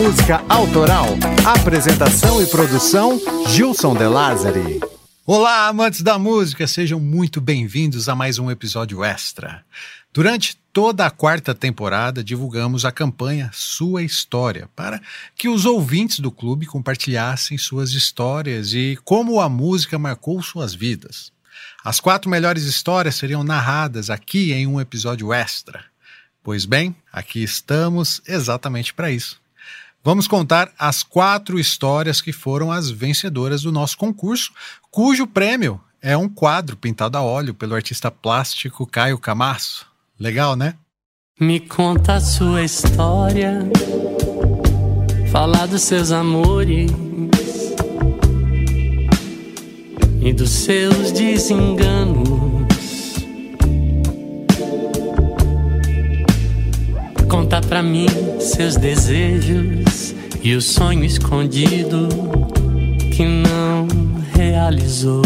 Música Autoral. Apresentação e produção, Gilson De Lázari. Olá, amantes da música, sejam muito bem-vindos a mais um episódio extra. Durante toda a quarta temporada, divulgamos a campanha Sua História, para que os ouvintes do clube compartilhassem suas histórias e como a música marcou suas vidas. As 4 melhores histórias seriam narradas aqui em um episódio extra. Pois bem, aqui estamos exatamente para isso. Vamos contar as 4 histórias que foram as vencedoras do nosso concurso, cujo prêmio é um quadro pintado a óleo pelo artista plástico Caio Camasso. Legal, né? Me conta a sua história, fala dos seus amores e dos seus desenganos. Conta pra mim seus desejos e o sonho escondido que não realizou.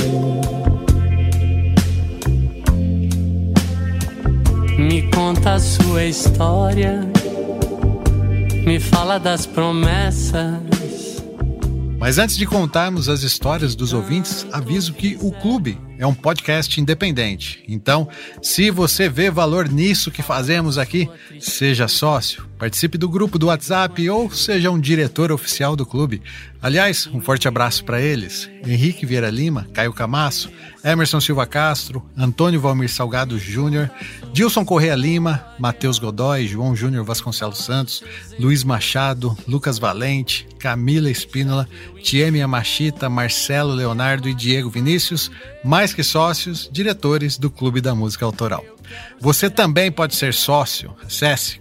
Me conta a sua história, me fala das promessas. Mas antes de contarmos as histórias dos ouvintes, aviso que o Clube é um podcast independente. Então, se você vê valor nisso que fazemos aqui, seja sócio, participe do grupo do WhatsApp ou seja um diretor oficial do clube. Aliás, um forte abraço para eles: Henrique Vieira Lima, Caio Camasso, Emerson Silva Castro, Antônio Valmir Salgado Júnior, Dilson Correia Lima, Matheus Godoy, João Júnior Vasconcelos Santos, Luiz Machado, Lucas Valente, Camila Espínola, Tieme Yamashita, Marcelo Leonardo e Diego Vinícius, mais que sócios, diretores do Clube da Música Autoral. Você também pode ser sócio. Acesse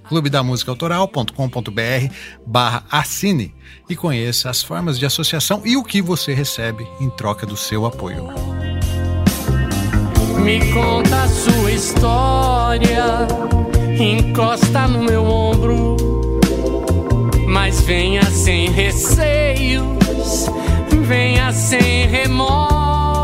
clubedamusicaautoral.com.br/assine e conheça as formas de associação e o que você recebe em troca do seu apoio. Me conta a sua história, encosta no meu ombro, mas venha sem receios, venha sem remorso.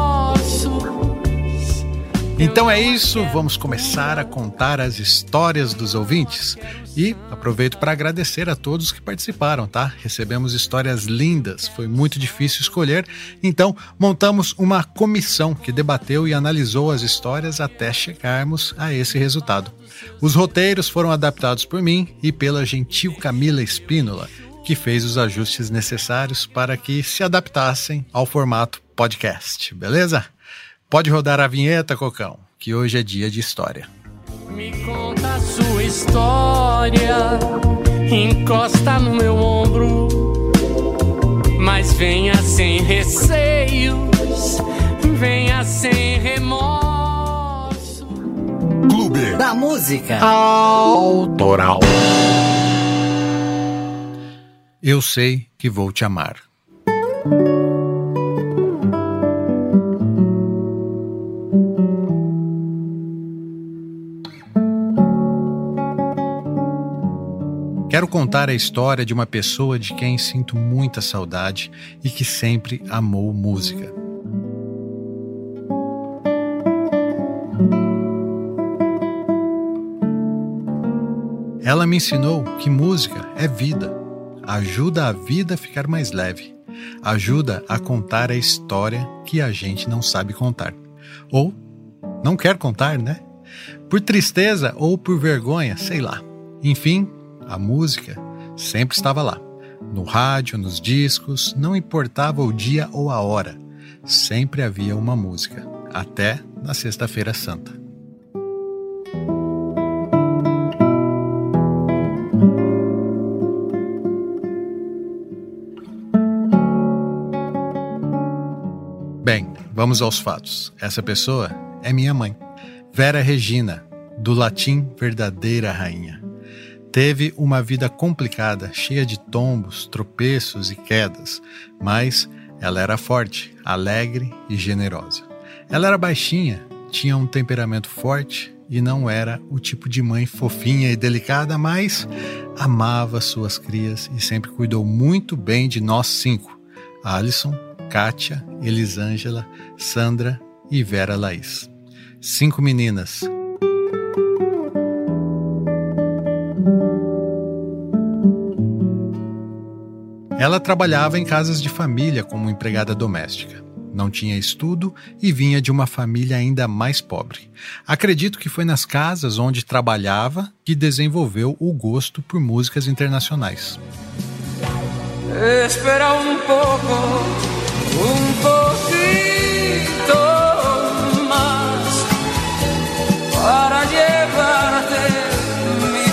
Então é isso, vamos começar a contar as histórias dos ouvintes. E aproveito para agradecer a todos que participaram, tá? Recebemos histórias lindas, foi muito difícil escolher, então montamos uma comissão que debateu e analisou as histórias até chegarmos a esse resultado. Os roteiros foram adaptados por mim e pela gentil Camila Espínola, que fez os ajustes necessários para que se adaptassem ao formato podcast, beleza? Pode rodar a vinheta, Cocão, que hoje é dia de história. Me conta a sua história, encosta no meu ombro, mas venha sem receios, venha sem remorso. Clube da Música Autoral. Eu sei que vou te amar. Quero contar a história de uma pessoa de quem sinto muita saudade e que sempre amou música. Ela me ensinou que música é vida, ajuda a vida a ficar mais leve, ajuda a contar a história que a gente não sabe contar. Ou não quer contar, né? Por tristeza ou por vergonha, sei lá. Enfim, a música sempre estava lá, no rádio, nos discos, não importava o dia ou a hora, sempre havia uma música, até na Sexta-feira Santa. Bem, vamos aos fatos. Essa pessoa é minha mãe, Vera Regina, do latim verdadeira rainha. Teve uma vida complicada, cheia de tombos, tropeços e quedas, mas ela era forte, alegre e generosa. Ela era baixinha, tinha um temperamento forte e não era o tipo de mãe fofinha e delicada, mas amava suas crias e sempre cuidou muito bem de nós 5, Alisson, Kátia, Elisângela, Sandra e Vera Laís. 5 meninas. Ela trabalhava em casas de família como empregada doméstica. Não tinha estudo e vinha de uma família ainda mais pobre. Acredito que foi nas casas onde trabalhava que desenvolveu o gosto por músicas internacionais. Espera pouquito mais para llevarte mi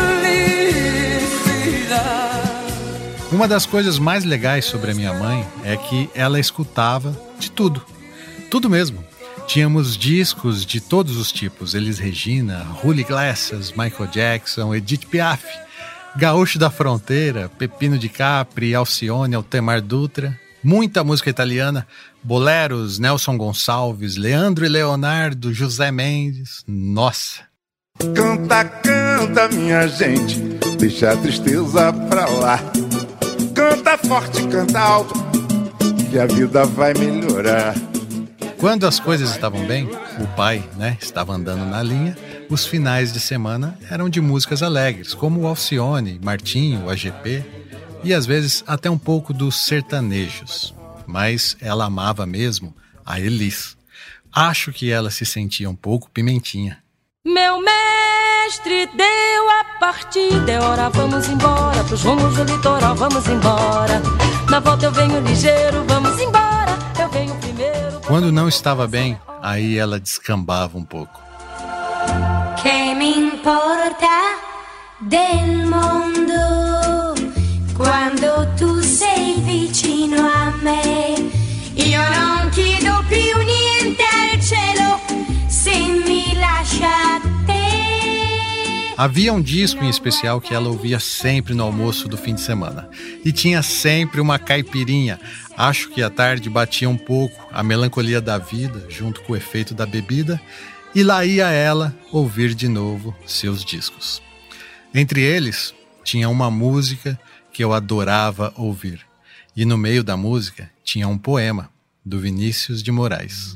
felicidade. Uma das coisas mais legais sobre a minha mãe é que ela escutava de tudo. Tudo mesmo. Tínhamos discos de todos os tipos. Elis Regina, Julio Iglesias, Michael Jackson, Edith Piaf, Gaúcho da Fronteira, Pepino de Capri, Alcione, Altemar Dutra. Muita música italiana, boleros, Nelson Gonçalves, Leandro e Leonardo, José Mendes. Nossa! Canta, canta, minha gente, deixa a tristeza pra lá. Canta forte, canta alto, que a vida vai melhorar. Quando as coisas estavam bem, o pai, estava andando na linha, os finais de semana eram de músicas alegres, como o Alcione, Martinho, AGP, e às vezes até um pouco dos sertanejos. Mas ela amava mesmo a Elis. Acho que ela se sentia um pouco pimentinha. Meu mestre deu a partida, é hora, vamos embora, pros rumos do litoral, vamos embora. Na volta eu venho ligeiro, vamos embora, eu venho primeiro. Quando não estava bem, aí ela descambava um pouco. Que me importa del mondo quando tu sei vicino a me? Io non chiedo più niente al cielo se mi lascia te. Havia um disco em especial que ela ouvia sempre no almoço do fim de semana. E tinha sempre uma caipirinha. Acho que à tarde batia um pouco a melancolia da vida, junto com o efeito da bebida, e lá ia ela ouvir de novo seus discos. Entre eles, tinha uma música que eu adorava ouvir. E no meio da música tinha um poema, do Vinícius de Moraes.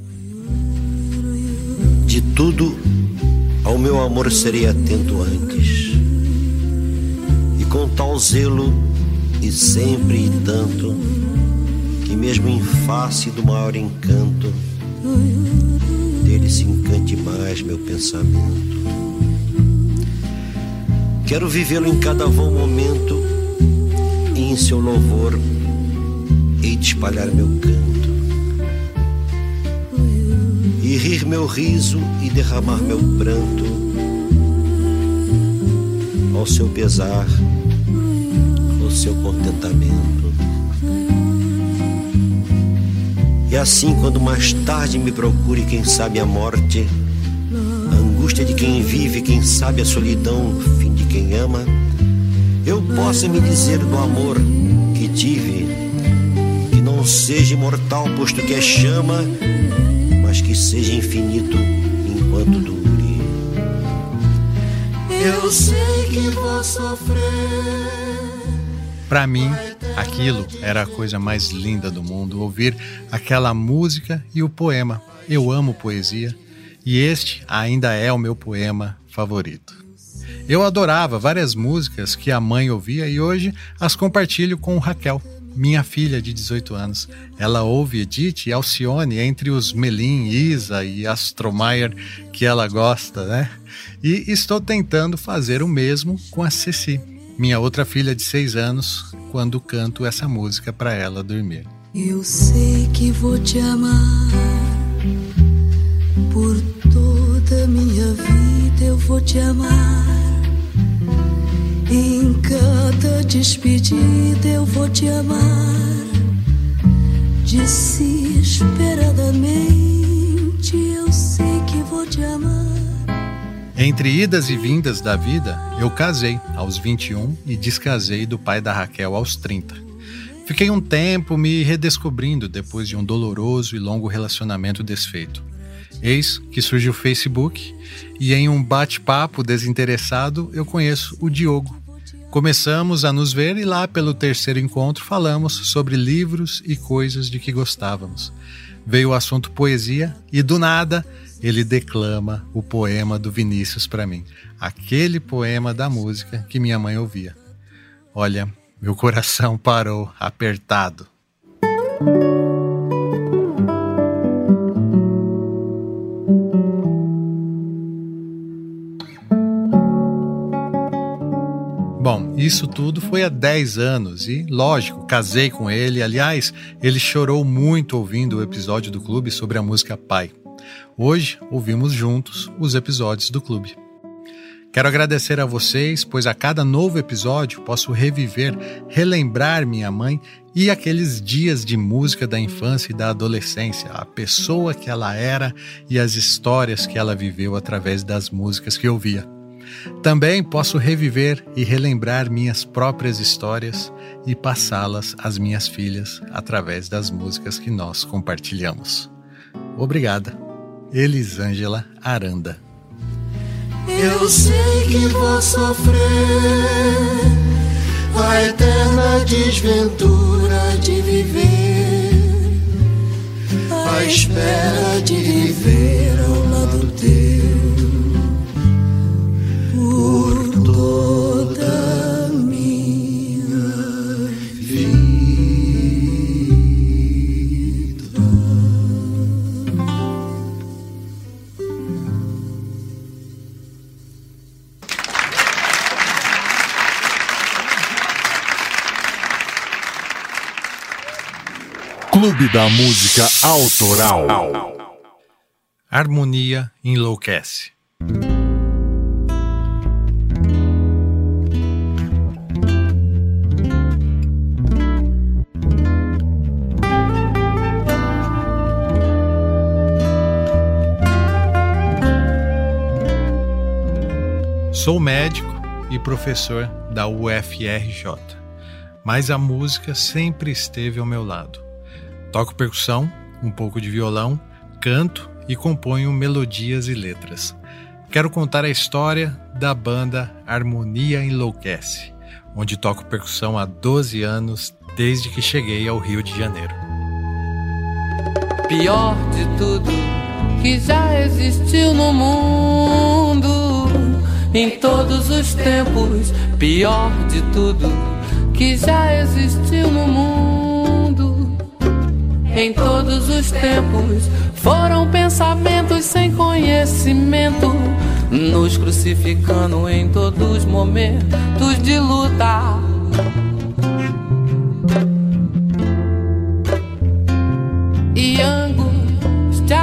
De tudo, ao meu amor serei atento antes, e com tal zelo, e sempre e tanto, que mesmo em face do maior encanto, dele se encante mais meu pensamento. Quero vivê-lo em cada vão momento, e em seu louvor hei de espalhar meu canto, e rir meu riso e derramar meu pranto ao seu pesar, ao seu contentamento. E assim, quando mais tarde me procure, quem sabe a morte, a angústia de quem vive, quem sabe a solidão, fim de quem ama, eu possa me dizer do amor que tive, que não seja imortal, posto que é chama, mas que seja infinito enquanto dure. Eu sei que vou sofrer. Para mim, aquilo era a coisa mais linda do mundo, ouvir aquela música e o poema. Eu amo poesia e este ainda é o meu poema favorito. Eu adorava várias músicas que a mãe ouvia e hoje as compartilho com Raquel, minha filha de 18 anos. Ela ouve Edith e Alcione, entre os Melim, Isa e Astromayer que ela gosta, E estou tentando fazer o mesmo com a Ceci, minha outra filha de 6 anos, quando canto essa música para ela dormir. Eu sei que vou te amar, por toda minha vida eu vou te amar. Em cada despedida eu vou te amar, desesperadamente eu sei que vou te amar. Entre idas e vindas da vida, eu casei aos 21 e descasei do pai da Raquel aos 30. Fiquei um tempo me redescobrindo depois de um doloroso e longo relacionamento desfeito. Eis que surge o Facebook e em um bate-papo desinteressado eu conheço o Diogo. Começamos a nos ver e lá pelo 3º encontro falamos sobre livros e coisas de que gostávamos. Veio o assunto poesia e do nada ele declama o poema do Vinícius para mim. Aquele poema da música que minha mãe ouvia. Olha, Meu coração parou apertado. Bom, isso tudo foi há 10 anos e, lógico, casei com ele. Aliás, ele chorou muito ouvindo o episódio do Clube sobre a música Pai. Hoje, ouvimos juntos os episódios do Clube. Quero agradecer a vocês, pois a cada novo episódio posso reviver, relembrar minha mãe e aqueles dias de música da infância e da adolescência, a pessoa que ela era e as histórias que ela viveu através das músicas que ouvia. Também posso reviver e relembrar minhas próprias histórias e passá-las às minhas filhas através das músicas que nós compartilhamos. Obrigada. Elisângela Aranda. Eu sei que vou sofrer a eterna desventura de viver, à espera de viver ao lado teu por toda a minha vida. Clube da Música Autoral. Harmonia enlouquece. Sou médico e professor da UFRJ, mas a música sempre esteve ao meu lado. Toco percussão, um pouco de violão, canto e componho melodias e letras. Quero contar a história da banda Harmonia Enlouquece, onde toco percussão há 12 anos, desde que cheguei ao Rio de Janeiro. Pior de tudo que já existiu no mundo, em todos os tempos. Pior de tudo que já existiu no mundo, em todos os tempos. Foram pensamentos sem conhecimento, nos crucificando em todos os momentos de luta. E angústia.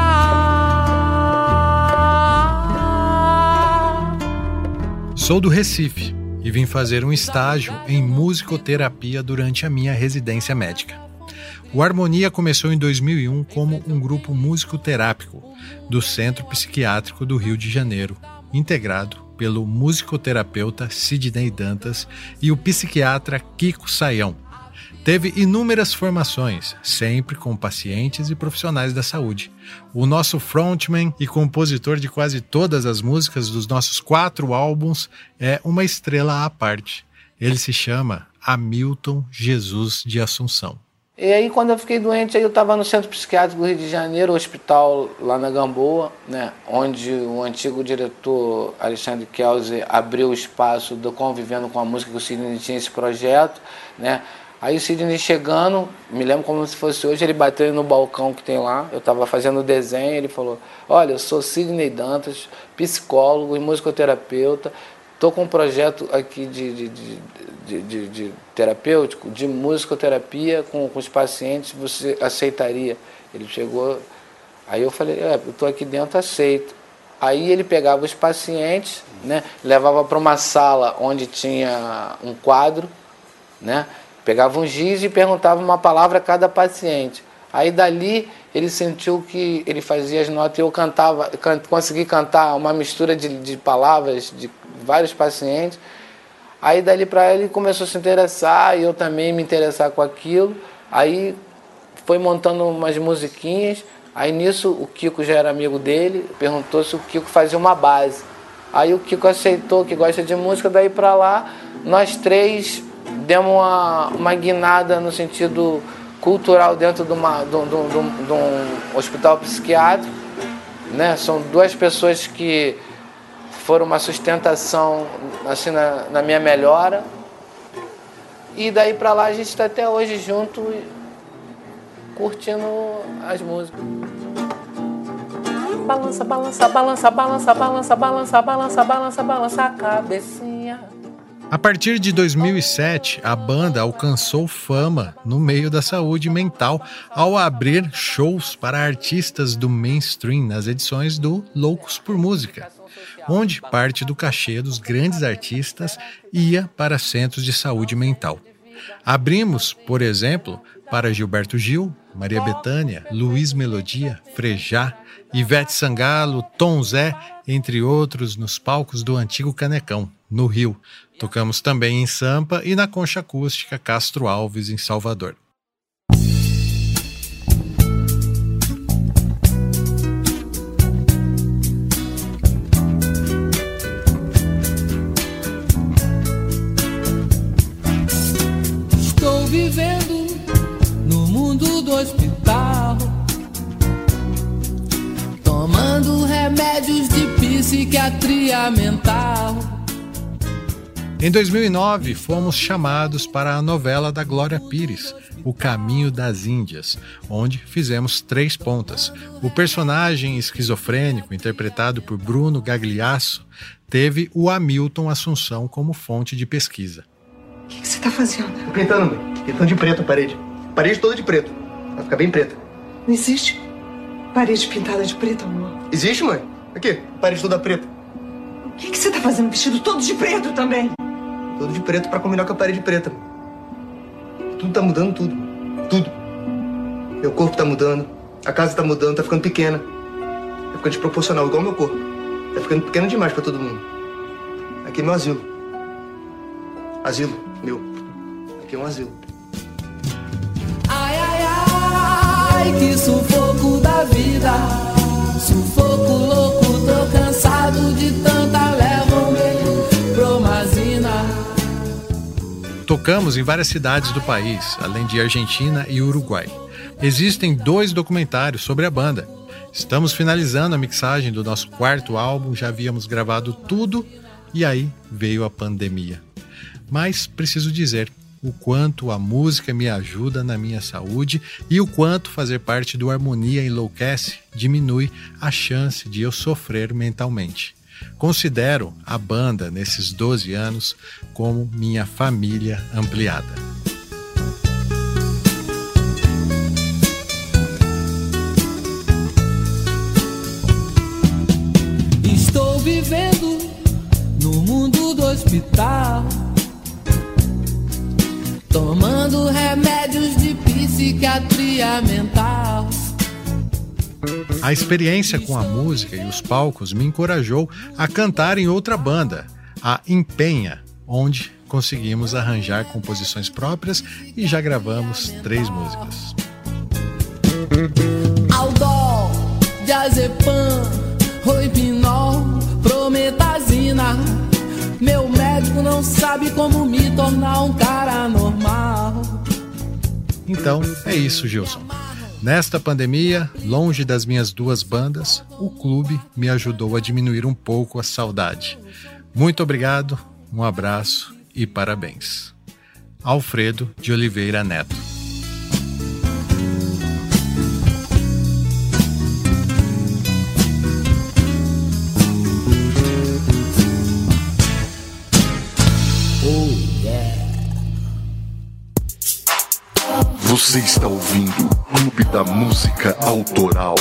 Sou do Recife e vim fazer um estágio em musicoterapia durante a minha residência médica. O Harmonia começou em 2001 como um grupo musicoterápico do Centro Psiquiátrico do Rio de Janeiro, integrado pelo musicoterapeuta Sidney Dantas e o psiquiatra Kiko Saião. Teve inúmeras formações, sempre com pacientes e profissionais da saúde. O nosso frontman e compositor de quase todas as músicas dos nossos 4 álbuns é uma estrela à parte. Ele se chama Hamilton Jesus de Assunção. E aí, quando eu fiquei doente, aí eu estava no Centro Psiquiátrico do Rio de Janeiro, hospital lá na Gamboa, né, onde o antigo diretor Alexandre Kelze abriu o espaço do Convivendo com a Música, que o Sidney tinha esse projeto, né. Aí o Sidney chegando, me lembro como se fosse hoje, ele bateu no balcão que tem lá, eu estava fazendo o desenho, ele falou: olha, eu sou Sidney Dantas, psicólogo e musicoterapeuta, estou com um projeto aqui de terapêutico, de musicoterapia com os pacientes, você aceitaria? Ele chegou, aí eu falei: eu estou aqui dentro, aceito. Aí ele pegava os pacientes, né, levava para uma sala onde tinha um quadro, né, pegava um giz e perguntava uma palavra a cada paciente. Aí dali ele sentiu que ele fazia as notas e eu cantava, consegui cantar uma mistura de palavras de vários pacientes. Aí dali para ele começou a se interessar e eu também me interessar com aquilo. Aí foi montando umas musiquinhas. Aí nisso o Kiko já era amigo dele, perguntou se o Kiko fazia uma base. Aí o Kiko aceitou, que gosta de música, daí para lá nós 3 demos uma guinada no sentido cultural dentro de um hospital psiquiátrico, né? São 2 pessoas que foram uma sustentação assim, na minha melhora. E daí pra lá a gente está até hoje junto, curtindo as músicas. Balança, balança, balança, balança, balança, balança, balança, balança, balança a cabecinha. A partir de 2007, a banda alcançou fama no meio da saúde mental ao abrir shows para artistas do mainstream nas edições do Loucos por Música, onde parte do cachê dos grandes artistas ia para centros de saúde mental. Abrimos, por exemplo, para Gilberto Gil, Maria Bethânia, Luiz Melodia, Frejá, Ivete Sangalo, Tom Zé, entre outros, nos palcos do antigo Canecão, no Rio. Tocamos também em Sampa e na Concha Acústica Castro Alves, em Salvador. Estou vivendo no mundo do hospital, tomando remédios de psiquiatria mental. Em 2009, fomos chamados para a novela da Glória Pires, O Caminho das Índias, onde fizemos 3 pontas. O personagem esquizofrênico, interpretado por Bruno Gagliasso, teve o Hamilton Assunção como fonte de pesquisa. O que você tá fazendo? Tô pintando, mãe. Pintando de preto a parede. Parede toda de preto. Vai ficar bem preta. Não existe parede pintada de preto, amor. Existe, mãe? Aqui, parede toda preta. O que você tá fazendo vestido todo de preto também? Todo de preto pra combinar com a parede preta. Tudo tá mudando, tudo. Tudo. Meu corpo tá mudando. A casa tá mudando, tá ficando pequena. Tá ficando desproporcional, igual o meu corpo. Tá ficando pequeno demais pra todo mundo. Aqui é meu asilo. Asilo, meu. Aqui é um asilo. Ai, ai, ai, que sufoco da vida. Sufoco louco, tô cansado de tanta leva-me promazina. Tocamos em várias cidades do país, além de Argentina e Uruguai. Existem 2 documentários sobre a banda. Estamos finalizando a mixagem do nosso 4º álbum, já havíamos gravado tudo e aí veio a pandemia. Mas preciso dizer o quanto a música me ajuda na minha saúde e o quanto fazer parte do Harmonia Enlouquece diminui a chance de eu sofrer mentalmente. Considero a banda, nesses 12 anos, como minha família ampliada. Estou vivendo no mundo do hospital, tomando remédios de psiquiatria mental. A experiência com a música e os palcos me encorajou a cantar em outra banda, a Empenha, onde conseguimos arranjar composições próprias e já gravamos 3 músicas. Aldol, diazepam, roipinol, prometazina. Meu médico não sabe como me tornar um cara normal. Então é isso, Gilson. Nesta pandemia, longe das minhas 2 bandas, o clube me ajudou a diminuir um pouco a saudade. Muito obrigado, um abraço e parabéns. Alfredo de Oliveira Neto. Você está ouvindo o Clube da Música Autoral.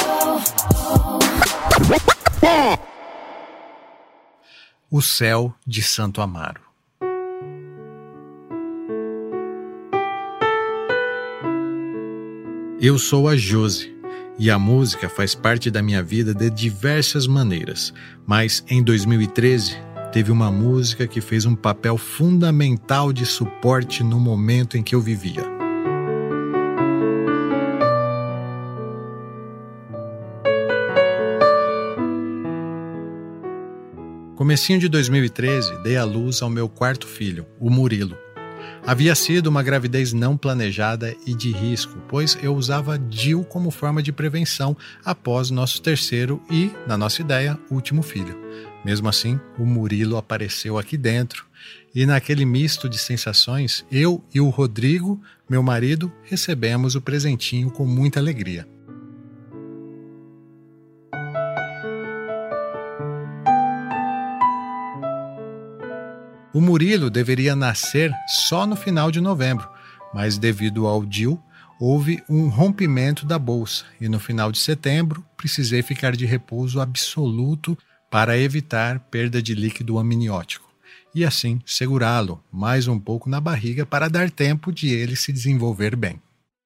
O Céu de Santo Amaro. Eu sou a Josi e a música faz parte da minha vida de diversas maneiras, mas em 2013 teve uma música que fez um papel fundamental de suporte no momento em que eu vivia. Comecinho de 2013, dei à luz ao meu 4º filho, o Murilo. Havia sido uma gravidez não planejada e de risco, pois eu usava DIU como forma de prevenção após nosso 3º e, na nossa ideia, último filho. Mesmo assim, o Murilo apareceu aqui dentro e naquele misto de sensações, eu e o Rodrigo, meu marido, recebemos o presentinho com muita alegria. O Murilo deveria nascer só no final de novembro, mas devido ao DIU, houve um rompimento da bolsa e no final de setembro precisei ficar de repouso absoluto para evitar perda de líquido amniótico e assim segurá-lo mais um pouco na barriga para dar tempo de ele se desenvolver bem.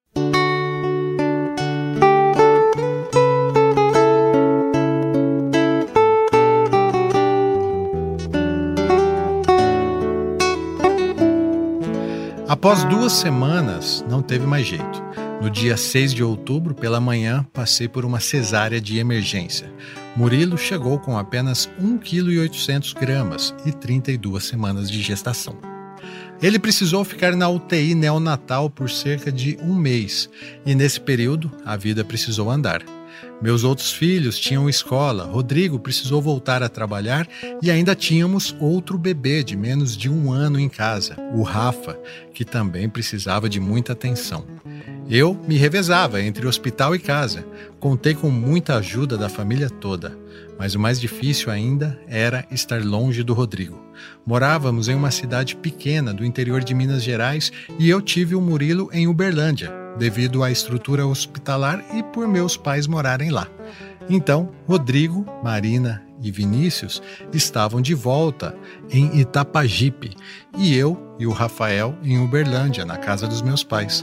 Após 2 semanas, não teve mais jeito. No dia 6 de outubro, pela manhã, passei por uma cesárea de emergência. Murilo chegou com apenas 1,8 kg e 32 semanas de gestação. Ele precisou ficar na UTI neonatal por cerca de 1 mês, e nesse período, a vida precisou andar. Meus outros filhos tinham escola, Rodrigo precisou voltar a trabalhar e ainda tínhamos outro bebê de menos de 1 ano em casa, o Rafa, que também precisava de muita atenção. Eu me revezava entre hospital e casa, contei com muita ajuda da família toda, mas o mais difícil ainda era estar longe do Rodrigo. Morávamos em uma cidade pequena do interior de Minas Gerais e eu tive o Murilo em Uberlândia, devido à estrutura hospitalar e por meus pais morarem lá. Então, Rodrigo, Marina e Vinícius estavam de volta em Itapajipe e eu e o Rafael em Uberlândia, na casa dos meus pais.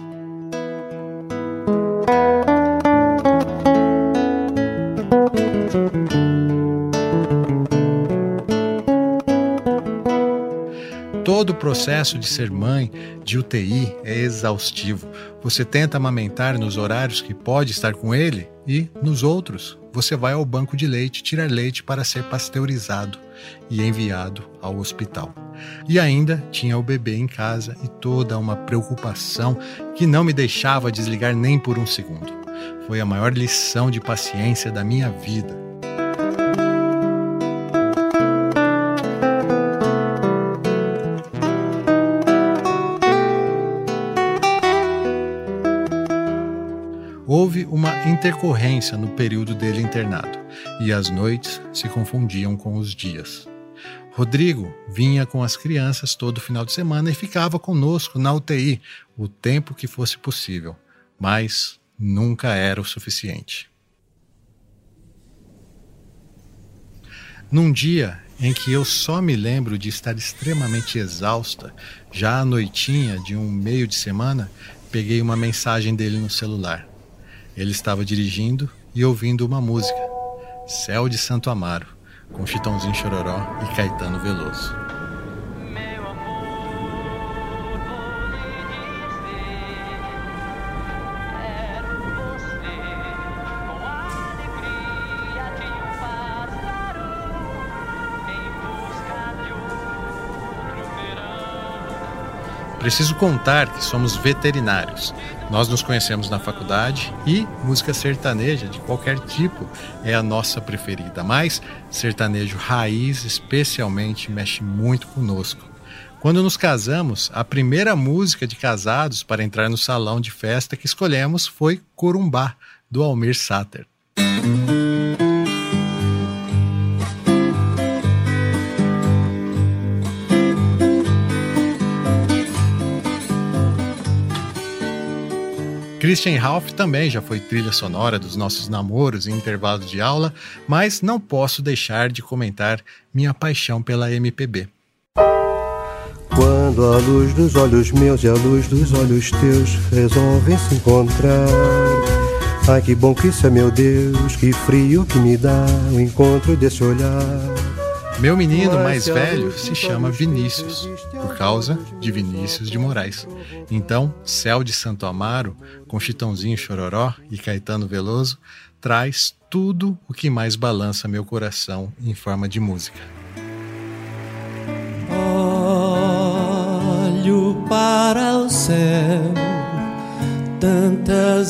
Todo o processo de ser mãe de UTI é exaustivo. Você tenta amamentar nos horários que pode estar com ele e, nos outros, você vai ao banco de leite tirar leite para ser pasteurizado e enviado ao hospital. E ainda tinha o bebê em casa e toda uma preocupação que não me deixava desligar nem por 1 segundo. Foi a maior lição de paciência da minha vida. Houve uma intercorrência no período dele internado, e as noites se confundiam com os dias. Rodrigo vinha com as crianças todo final de semana e ficava conosco na UTI o tempo que fosse possível, mas nunca era o suficiente. Num dia em que eu só me lembro de estar extremamente exausta, já à noitinha de um meio de semana, peguei uma mensagem dele no celular. Ele estava dirigindo e ouvindo uma música, Céu de Santo Amaro, com Chitãozinho Chororó e Caetano Veloso. Preciso contar que somos veterinários. Nós nos conhecemos na faculdade e música sertaneja de qualquer tipo é a nossa preferida, mas sertanejo raiz especialmente mexe muito conosco. Quando nos casamos, a primeira música de casados para entrar no salão de festa que escolhemos foi Corumbá, do Almir Sater. Christian Ralph também já foi trilha sonora dos nossos namoros em intervalo de aula, mas não posso deixar de comentar minha paixão pela MPB. Quando a luz dos olhos meus e a luz dos olhos teus resolvem se encontrar, ai que bom que isso é, meu Deus, que frio que me dá o encontro desse olhar. Meu menino mais velho se chama Vinícius, por causa de Vinícius de Moraes. Então, Céu de Santo Amaro, com Chitãozinho Chororó e Caetano Veloso, traz tudo o que mais balança meu coração em forma de música. Olho para o céu, tantas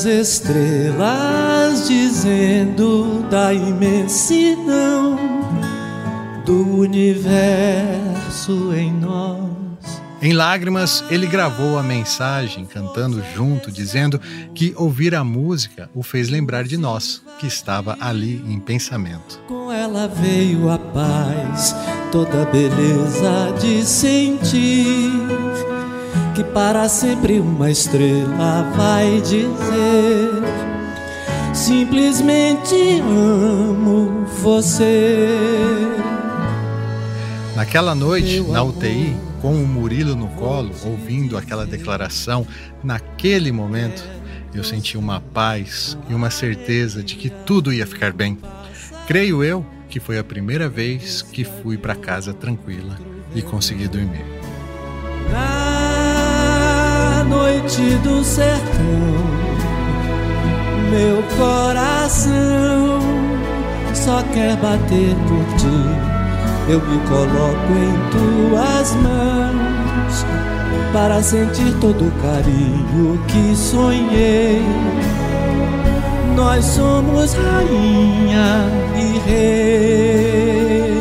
estrelas dizendo da imensidão do universo em nós. Em lágrimas, ele gravou a mensagem, cantando junto, dizendo que ouvir a música o fez lembrar de nós, que estava ali em pensamento. Com ela veio a paz, toda a beleza de sentir que para sempre uma estrela vai dizer: simplesmente amo você. Naquela noite, na UTI, com o Murilo no colo, ouvindo aquela declaração, naquele momento, eu senti uma paz e uma certeza de que tudo ia ficar bem. Creio eu que foi a primeira vez que fui para casa tranquila e consegui dormir. Na noite do sertão, meu coração só quer bater por ti. Eu me coloco em tuas mãos para sentir todo o carinho que sonhei. Nós somos rainha e rei.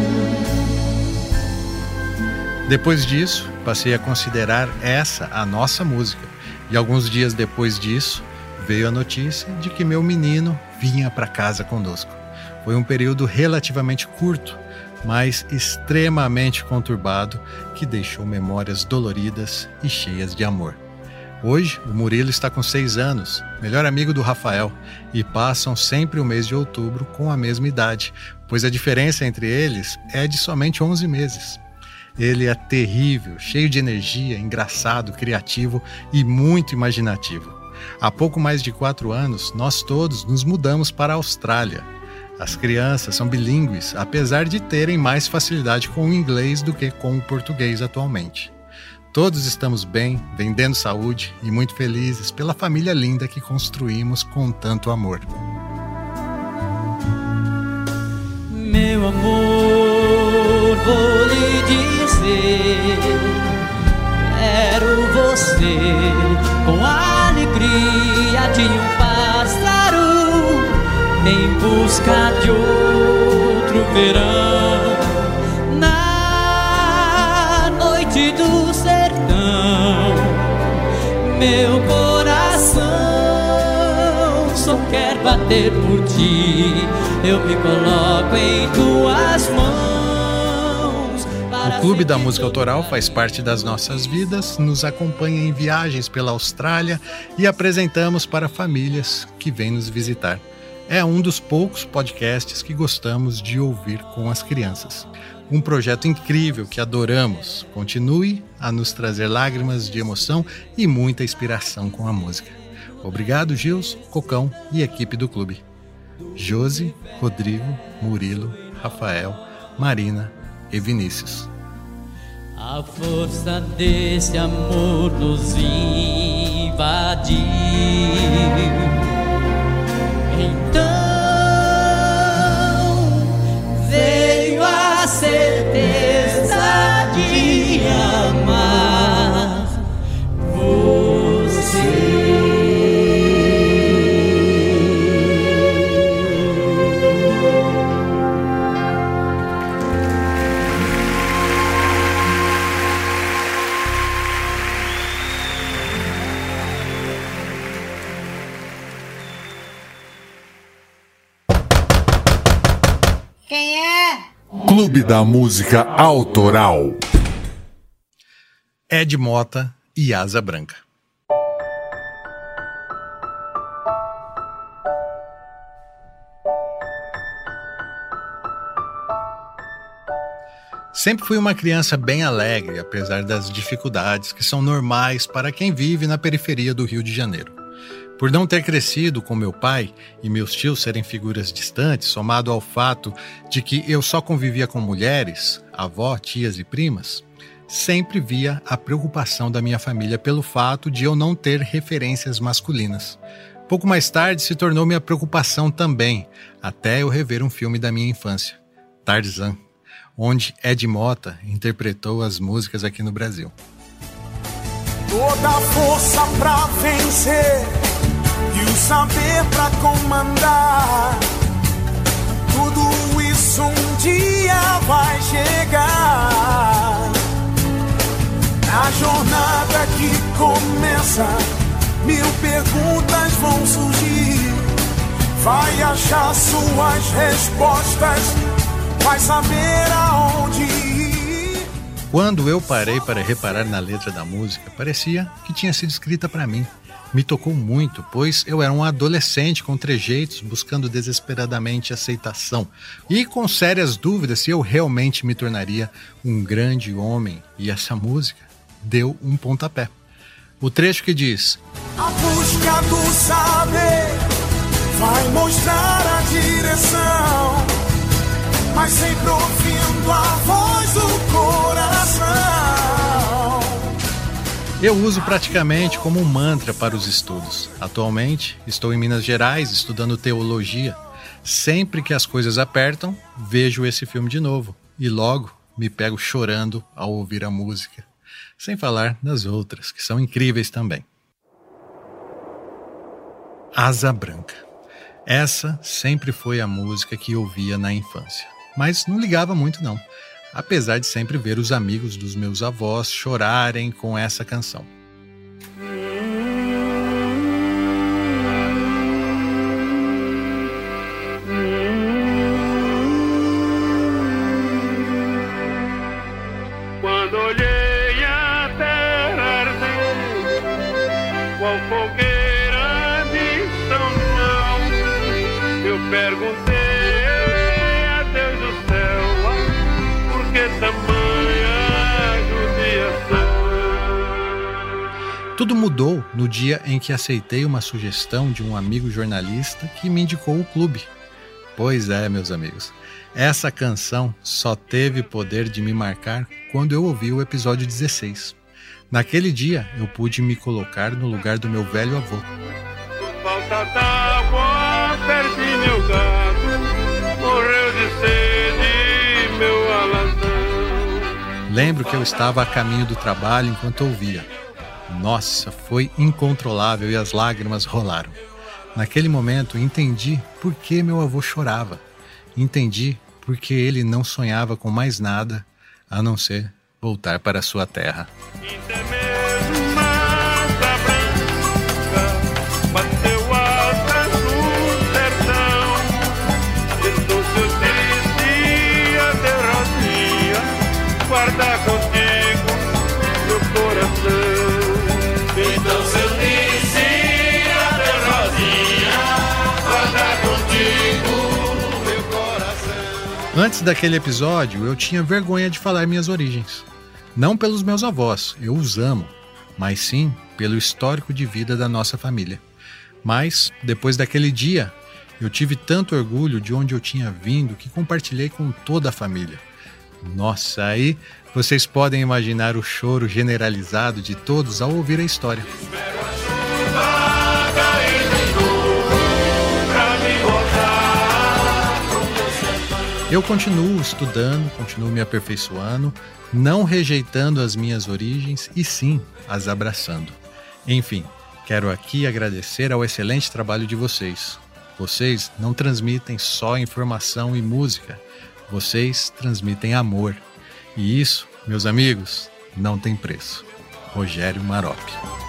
Depois disso, passei a considerar essa a nossa música. E alguns dias depois disso, veio a notícia de que meu menino vinha para casa conosco. Foi um período relativamente curto, mas extremamente conturbado, que deixou memórias doloridas e cheias de amor. Hoje, o Murilo está com 6 anos, melhor amigo do Rafael, e passam sempre o mês de outubro com a mesma idade, pois a diferença entre eles é de somente 11 meses. Ele é terrível, cheio de energia, engraçado, criativo e muito imaginativo. Há pouco mais de 4 anos, nós todos nos mudamos para a Austrália. As crianças são bilíngues, apesar de terem mais facilidade com o inglês do que com o português atualmente. Todos estamos bem, vendendo saúde e muito felizes pela família linda que construímos com tanto amor. Meu amor, vou lhe dizer, quero você com a alegria de um pássaro em busca de outro verão. Na noite do sertão, meu coração só quer bater por ti. Eu me coloco em tuas mãos. O Clube da Música Autoral faz parte das nossas vidas, nos acompanha em viagens pela Austrália e apresentamos para famílias que vêm nos visitar. É um dos poucos podcasts que gostamos de ouvir com as crianças. Um projeto incrível que adoramos. Continue a nos trazer lágrimas de emoção e muita inspiração com a música. Obrigado, Gils, Cocão e equipe do clube. Josi, Rodrigo, Murilo, Rafael, Marina e Vinícius. A força desse amor nos invadiu. Então veio a certeza de amar você. Quem é? Clube da Música Autoral. Ed Mota e Asa Branca. Sempre fui uma criança bem alegre, apesar das dificuldades que são normais para quem vive na periferia do Rio de Janeiro. Por não ter crescido com meu pai e meus tios serem figuras distantes, somado ao fato de que eu só convivia com mulheres, avó, tias e primas, sempre via a preocupação da minha família pelo fato de eu não ter referências masculinas. Pouco mais tarde se tornou minha preocupação também, até eu rever um filme da minha infância, Tarzan, onde Ed Mota interpretou as músicas aqui no Brasil. Toda a força pra vencer e o saber pra comandar, tudo isso um dia vai chegar. Na jornada que começa, 1000 perguntas vão surgir. Vai achar suas respostas, vai saber aonde ir. Quando eu parei para reparar na letra da música, parecia que tinha sido escrita para mim. Me tocou muito, pois eu era um adolescente com trejeitos, buscando desesperadamente aceitação e com sérias dúvidas se eu realmente me tornaria um grande homem. E essa música deu um pontapé. O trecho que diz: a busca do saber vai mostrar a direção, mas sempre ouvindo a voz do coração. Eu uso praticamente como um mantra para os estudos. Atualmente, estou em Minas Gerais estudando teologia. Sempre que as coisas apertam, vejo esse filme de novo e logo me pego chorando ao ouvir a música. Sem falar nas outras, que são incríveis também. Asa Branca. Essa sempre foi a música que eu ouvia na infância, mas não ligava muito não, apesar de sempre ver os amigos dos meus avós chorarem com essa canção. Quando olhei a terra ardente, qual fogueira de São João, eu perguntei a Deus do céu, por que tamanha judiação? Tudo mudou no dia em que aceitei uma sugestão de um amigo jornalista que me indicou o clube. Pois é, meus amigos, essa canção só teve poder de me marcar quando eu ouvi o episódio 16. Naquele dia, eu pude me colocar no lugar do meu velho avô. Falta d'água, perdi meu gato, morreu de sede meu alazão. Lembro que eu estava a caminho do trabalho enquanto ouvia. Nossa, foi incontrolável e as lágrimas rolaram. Naquele momento, entendi por que meu avô chorava. Entendi por que ele não sonhava com mais nada a não ser voltar para a sua terra. Guarda contigo no coração. Então seu dizia de Rosinha, guarda contigo meu coração. Antes daquele episódio, eu tinha vergonha de falar minhas origens. Não pelos meus avós, eu os amo, mas sim pelo histórico de vida da nossa família. Mas, depois daquele dia, eu tive tanto orgulho de onde eu tinha vindo que compartilhei com toda a família. Nossa, aí vocês podem imaginar o choro generalizado de todos ao ouvir a história. Eu continuo estudando, continuo me aperfeiçoando, não rejeitando as minhas origens e sim as abraçando. Enfim, quero aqui agradecer ao excelente trabalho de vocês. Vocês não transmitem só informação e música, vocês transmitem amor. E isso, meus amigos, não tem preço. Rogério Maropi.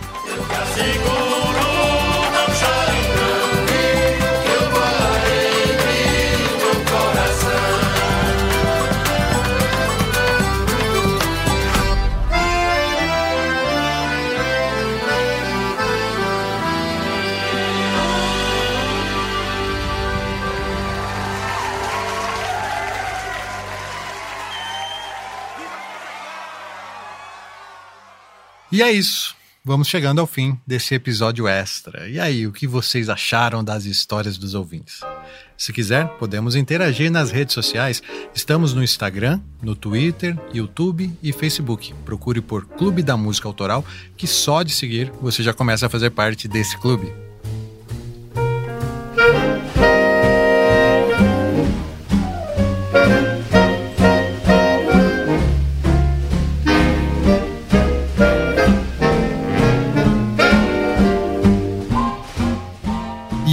E é isso, vamos chegando ao fim desse episódio extra. E aí, o que vocês acharam das histórias dos ouvintes? Se quiser, podemos interagir nas redes sociais. Estamos no Instagram, no Twitter, YouTube e Facebook. Procure por Clube da Música Autoral, que só de seguir você já começa a fazer parte desse clube.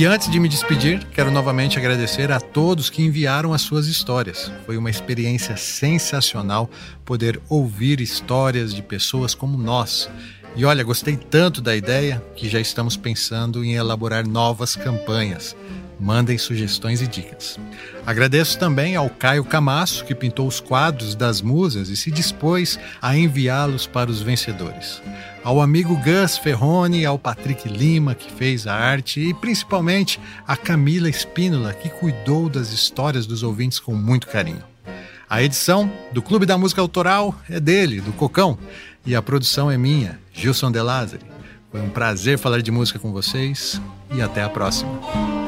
E antes de me despedir, quero novamente agradecer a todos que enviaram as suas histórias. Foi uma experiência sensacional poder ouvir histórias de pessoas como nós. E olha, gostei tanto da ideia que já estamos pensando em elaborar novas campanhas. Mandem sugestões e dicas. Agradeço também ao Caio Camasso, que pintou os quadros das musas e se dispôs a enviá-los para os vencedores. Ao amigo Gus Ferroni, ao Patrick Lima, que fez a arte, e principalmente a Camila Espínola, que cuidou das histórias dos ouvintes com muito carinho. A edição do Clube da Música Autoral é dele, do Cocão, e a produção é minha, Gilson De Lázari. Foi um prazer falar de música com vocês e até a próxima.